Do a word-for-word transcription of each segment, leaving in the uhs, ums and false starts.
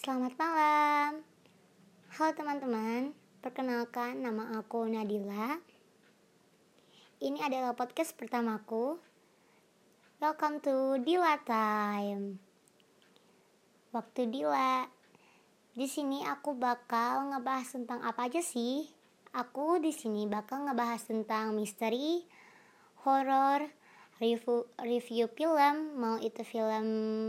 Selamat malam. Halo teman-teman, perkenalkan nama aku Nadila. Ini adalah podcast pertamaku. Welcome to Dila Time. Waktu Dila. Di sini aku bakal ngebahas tentang apa aja sih? Aku di sini bakal ngebahas tentang misteri, horor, review review film, mau itu film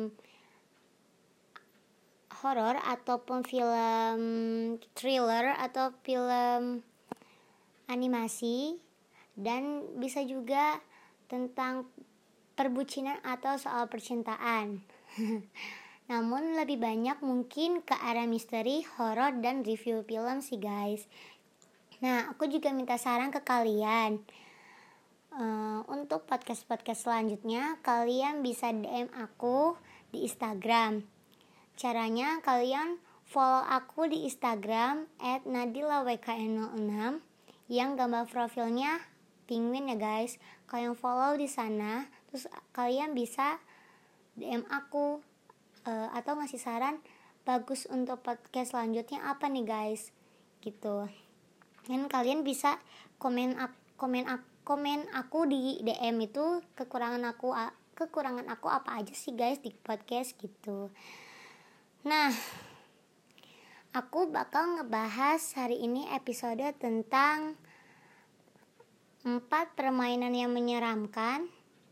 horor ataupun film thriller atau film animasi, dan bisa juga tentang perbucinan atau soal percintaan. Namun lebih banyak mungkin ke arah misteri, horor, dan review film sih guys. Nah, aku juga minta saran ke kalian. Uh, untuk podcast-podcast selanjutnya, kalian bisa D M aku di Instagram. Caranya kalian follow aku di Instagram at nadila w k n nol enam yang gambar profilnya penguin ya guys. Kalian follow di sana, terus kalian bisa D M aku uh, atau ngasih saran bagus untuk podcast selanjutnya apa nih guys, gitu. Dan kalian bisa komen komen komen aku di D M itu kekurangan aku kekurangan aku apa aja sih guys di podcast gitu. Nah, aku bakal ngebahas hari ini episode tentang empat permainan yang menyeramkan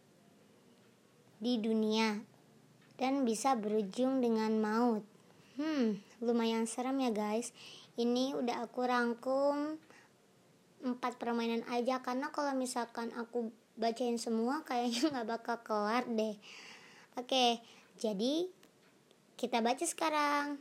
di dunia dan bisa berujung dengan maut. Hmm, lumayan serem ya guys. Ini udah aku rangkum empat permainan aja, karena kalau misalkan aku bacain semua kayaknya gak bakal kelar deh. Oke, jadi kita baca sekarang.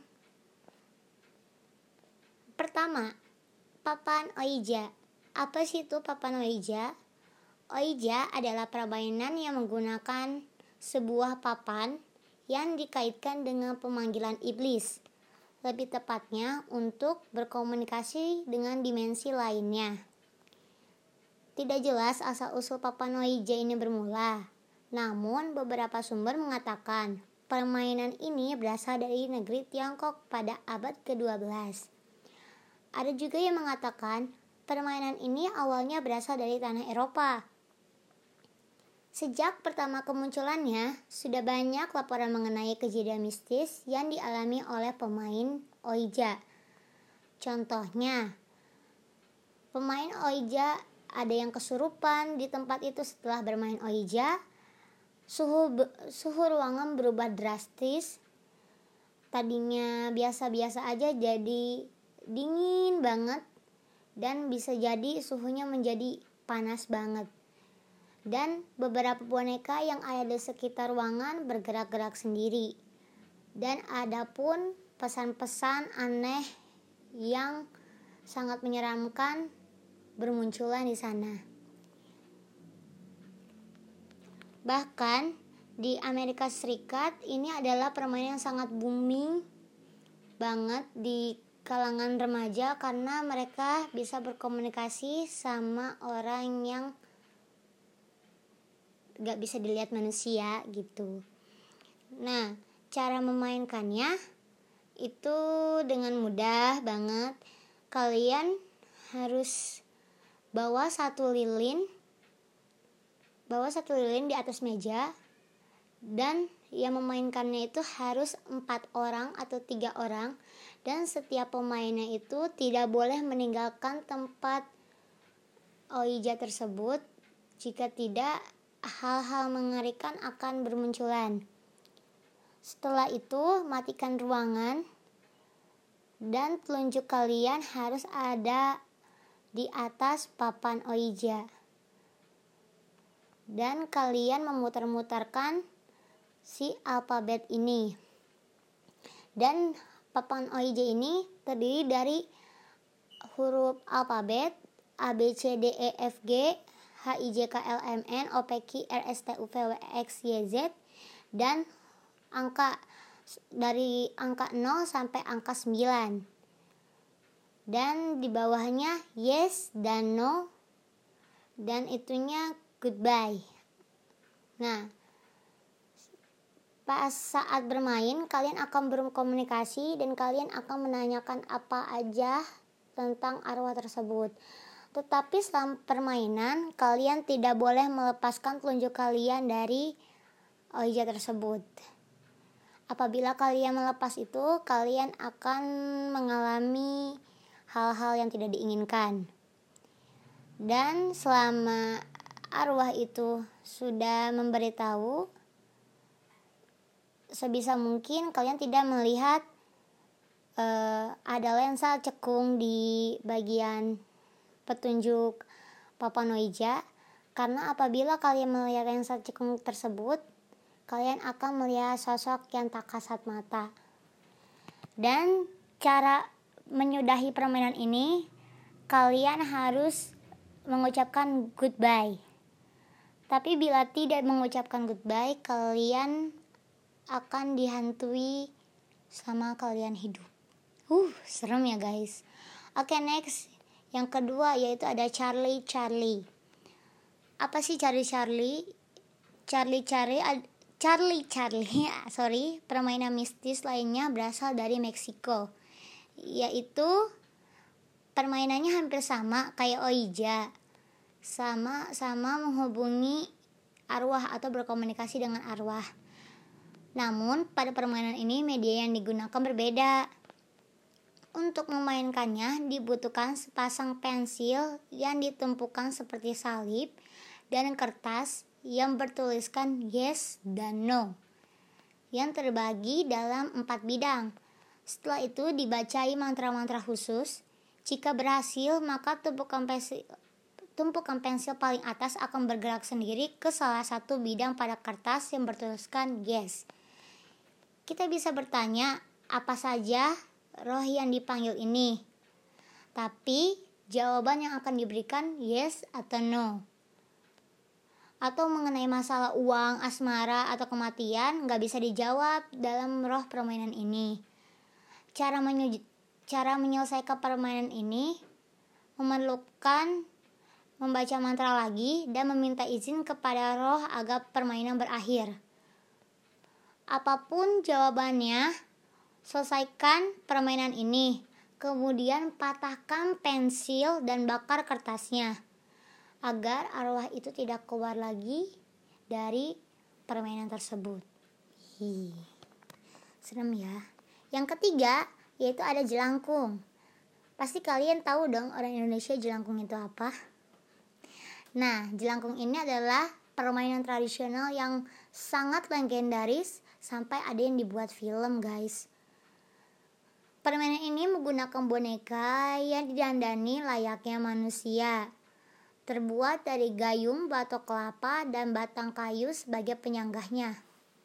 Pertama, papan Ouija. Apa sih itu papan Ouija? Ouija adalah permainan yang menggunakan sebuah papan yang dikaitkan dengan pemanggilan iblis. Lebih tepatnya untuk berkomunikasi dengan dimensi lainnya. Tidak jelas asal-usul papan Ouija ini bermula. Namun beberapa sumber mengatakan permainan ini berasal dari negeri Tiongkok pada abad kedua belas. Ada juga yang mengatakan permainan ini awalnya berasal dari tanah Eropa. Sejak pertama kemunculannya, sudah banyak laporan mengenai kejadian mistis yang dialami oleh pemain Ouija. Contohnya, pemain Ouija ada yang kesurupan di tempat itu setelah bermain Ouija. Suhu suhu ruangan berubah drastis. Tadinya biasa-biasa aja jadi dingin banget, dan bisa jadi suhunya menjadi panas banget. Dan beberapa boneka yang ada di sekitar ruangan bergerak-gerak sendiri. Dan ada pun pesan-pesan aneh yang sangat menyeramkan bermunculan di sana. Bahkan di Amerika Serikat ini adalah permainan yang sangat booming banget di kalangan remaja, karena mereka bisa berkomunikasi sama orang yang gak bisa dilihat manusia gitu. Nah, cara memainkannya itu dengan mudah banget. Kalian harus bawa satu lilin bawa satu lilin di atas meja, dan yang memainkannya itu harus empat orang atau tiga orang, dan setiap pemainnya itu tidak boleh meninggalkan tempat Ouija tersebut. Jika tidak, hal-hal mengerikan akan bermunculan. Setelah itu, matikan ruangan, dan telunjuk kalian harus ada di atas papan Ouija. Dan kalian memutar-mutarkan si alfabet ini. Dan papan Ouija ini terdiri dari huruf alfabet A B C D E F G H I J K L M N O P Q R S T U V W X Y Z, dan angka dari angka nol sampai angka sembilan. Dan di bawahnya yes dan no, dan itunya goodbye. Nah, Pas saat bermain, kalian akan berkomunikasi dan kalian akan menanyakan apa aja tentang arwah tersebut. Tetapi selama permainan, kalian tidak boleh melepaskan telunjuk kalian dari oija tersebut. Apabila kalian melepas itu, kalian akan mengalami hal-hal yang tidak diinginkan. Dan selama arwah itu sudah memberitahu, sebisa mungkin kalian tidak melihat uh, ada lensa cekung di bagian petunjuk Papanoija, karena apabila kalian melihat lensa cekung tersebut, kalian akan melihat sosok yang tak kasat mata. Dan cara menyudahi permainan ini, kalian harus mengucapkan goodbye. Tapi bila tidak mengucapkan goodbye, kalian akan dihantui selama kalian hidup. Uh, serem ya guys. Oke, okay, next. Yang kedua yaitu ada Charlie Charlie. Apa sih Charlie Charlie? Charlie Charlie Charlie Charlie, sorry, permainan mistis lainnya berasal dari Meksiko. Yaitu permainannya hampir sama kayak oija. Sama-sama menghubungi arwah atau berkomunikasi dengan arwah. Namun, pada permainan ini media yang digunakan berbeda. Untuk memainkannya, dibutuhkan sepasang pensil yang ditumpukan seperti salib dan kertas yang bertuliskan yes dan no, yang terbagi dalam empat bidang. Setelah itu dibacai mantra-mantra khusus. Jika berhasil, maka tumpukan pensil, tumpukan pensil paling atas akan bergerak sendiri ke salah satu bidang pada kertas yang bertuliskan yes. Kita bisa bertanya, apa saja roh yang dipanggil ini? Tapi jawaban yang akan diberikan yes atau no. Atau mengenai masalah uang, asmara, atau kematian gak bisa dijawab dalam roh permainan ini. Cara, menyu- cara menyelesaikan permainan ini memerlukan membaca mantra lagi dan meminta izin kepada roh agar permainan berakhir. Apapun jawabannya, selesaikan permainan ini. Kemudian patahkan pensil dan bakar kertasnya agar arwah itu tidak keluar lagi dari permainan tersebut. Hi, serem ya. Yang ketiga yaitu ada jelangkung. Pasti kalian tahu dong orang Indonesia jelangkung itu apa? Nah, jelangkung ini adalah permainan tradisional yang sangat legendaris sampai ada yang dibuat film, guys. Permainan ini menggunakan boneka yang didandani layaknya manusia, terbuat dari gayung, batok kelapa, dan batang kayu sebagai penyanggahnya.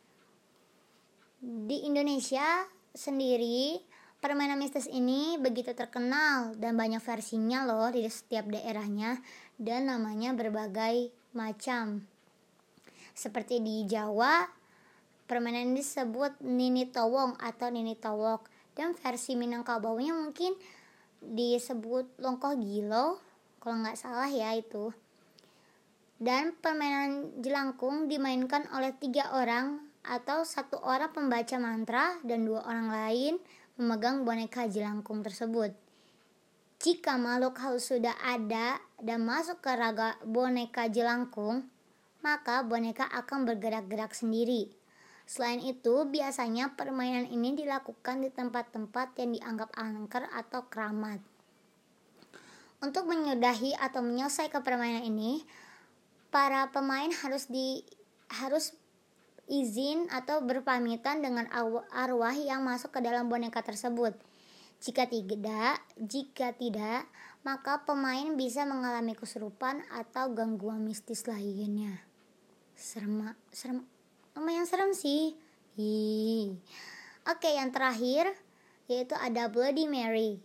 Di Indonesia sendiri, permainan mistis ini begitu terkenal dan banyak versinya loh di setiap daerahnya dan namanya berbagai macam. Seperti di Jawa, permainan ini disebut Nini Towong atau Nini Towok, dan versi Minangkabaunya mungkin disebut Longkoh Gilo kalau nggak salah ya itu. Dan permainan jelangkung dimainkan oleh tiga orang atau satu orang pembaca mantra dan dua orang lain memegang boneka jelangkung tersebut. Jika makhluk halus sudah ada dan masuk ke raga boneka jelangkung, maka boneka akan bergerak-gerak sendiri. Selain itu, biasanya permainan ini dilakukan di tempat-tempat yang dianggap angker atau keramat. Untuk menyudahi atau menyelesaikan permainan ini, para pemain harus di harus izin atau berpamitan dengan arwah yang masuk ke dalam boneka tersebut. Jika tidak, jika tidak, maka pemain bisa mengalami kesurupan atau gangguan mistis lainnya. Serem, serem. Lumayan serem sih. Hi. Oke, yang terakhir yaitu ada Bloody Mary.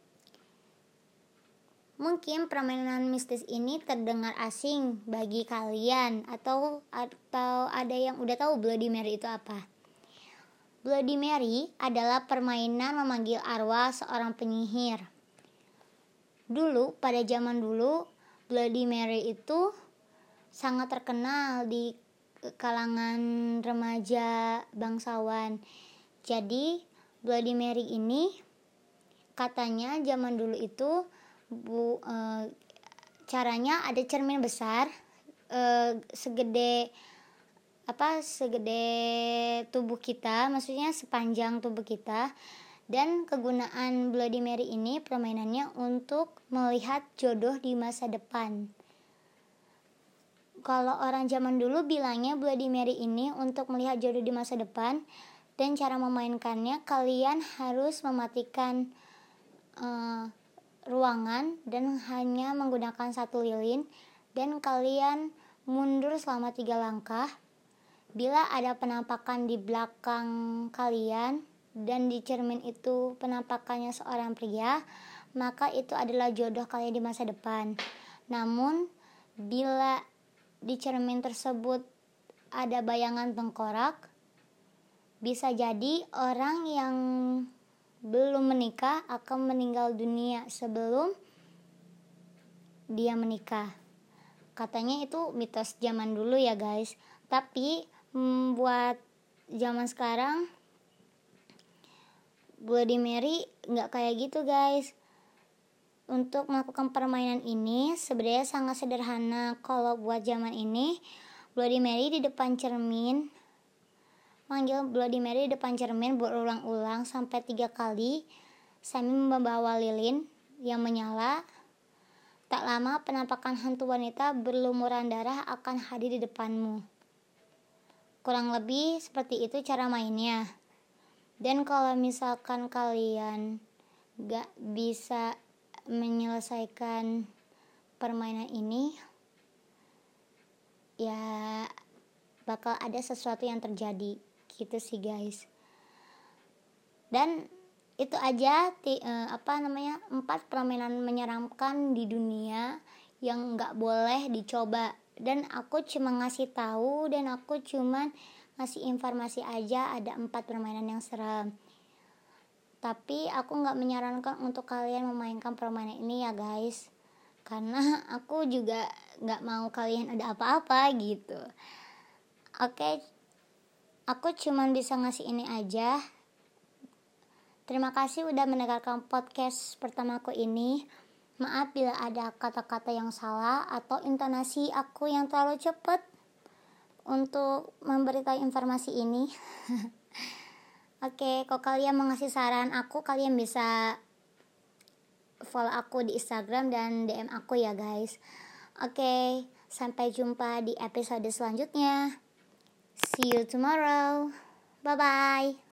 Mungkin permainan mistis ini terdengar asing bagi kalian atau atau ada yang udah tahu Bloody Mary itu apa. Bloody Mary adalah permainan memanggil arwah seorang penyihir. Dulu, pada zaman dulu, Bloody Mary itu sangat terkenal di kalangan remaja bangsawan. Jadi Bloody Mary ini katanya zaman dulu itu bu, e, caranya ada cermin besar e, segede apa segede tubuh kita, maksudnya sepanjang tubuh kita. Dan kegunaan Bloody Mary ini permainannya untuk melihat jodoh di masa depan. Kalau orang zaman dulu bilangnya Bloody Mary ini untuk melihat jodoh di masa depan, dan cara memainkannya kalian harus mematikan uh, ruangan dan hanya menggunakan satu lilin, dan kalian mundur selama tiga langkah. Bila ada penampakan di belakang kalian dan di cermin itu penampakannya seorang pria, maka itu adalah jodoh kalian di masa depan. Namun bila di cermin tersebut ada bayangan tengkorak, bisa jadi orang yang belum menikah akan meninggal dunia sebelum dia menikah. Katanya itu mitos zaman dulu ya guys. Tapi hmm, buat zaman sekarang Bloody Mary gak kayak gitu guys. Untuk melakukan permainan ini sebenarnya sangat sederhana. Kalau buat zaman ini, Bloody Mary di depan cermin, manggil Bloody Mary di depan cermin berulang-ulang sampai tiga kali sambil membawa lilin yang menyala. Tak lama penampakan hantu wanita berlumuran darah akan hadir di depanmu. Kurang lebih seperti itu cara mainnya. Dan kalau misalkan kalian gak bisa menyelesaikan permainan ini, ya bakal ada sesuatu yang terjadi gitu sih guys. Dan itu aja ti, eh, apa namanya empat permainan menyeramkan di dunia yang nggak boleh dicoba. Dan aku cuma ngasih tahu dan aku cuma ngasih informasi aja ada empat permainan yang seram. Tapi aku gak menyarankan untuk kalian memainkan permainan ini ya guys, karena aku juga gak mau kalian ada apa-apa gitu. Oke, aku cuman bisa ngasih ini aja. Terima kasih udah mendengarkan podcast pertamaku ini. Maaf bila ada kata-kata yang salah atau intonasi aku yang terlalu cepat untuk memberitahu informasi ini. Oke, kalau kalian mau ngasih saran aku, kalian bisa follow aku di Instagram dan D M aku ya guys. Oke, sampai jumpa di episode selanjutnya. See you tomorrow. Bye bye.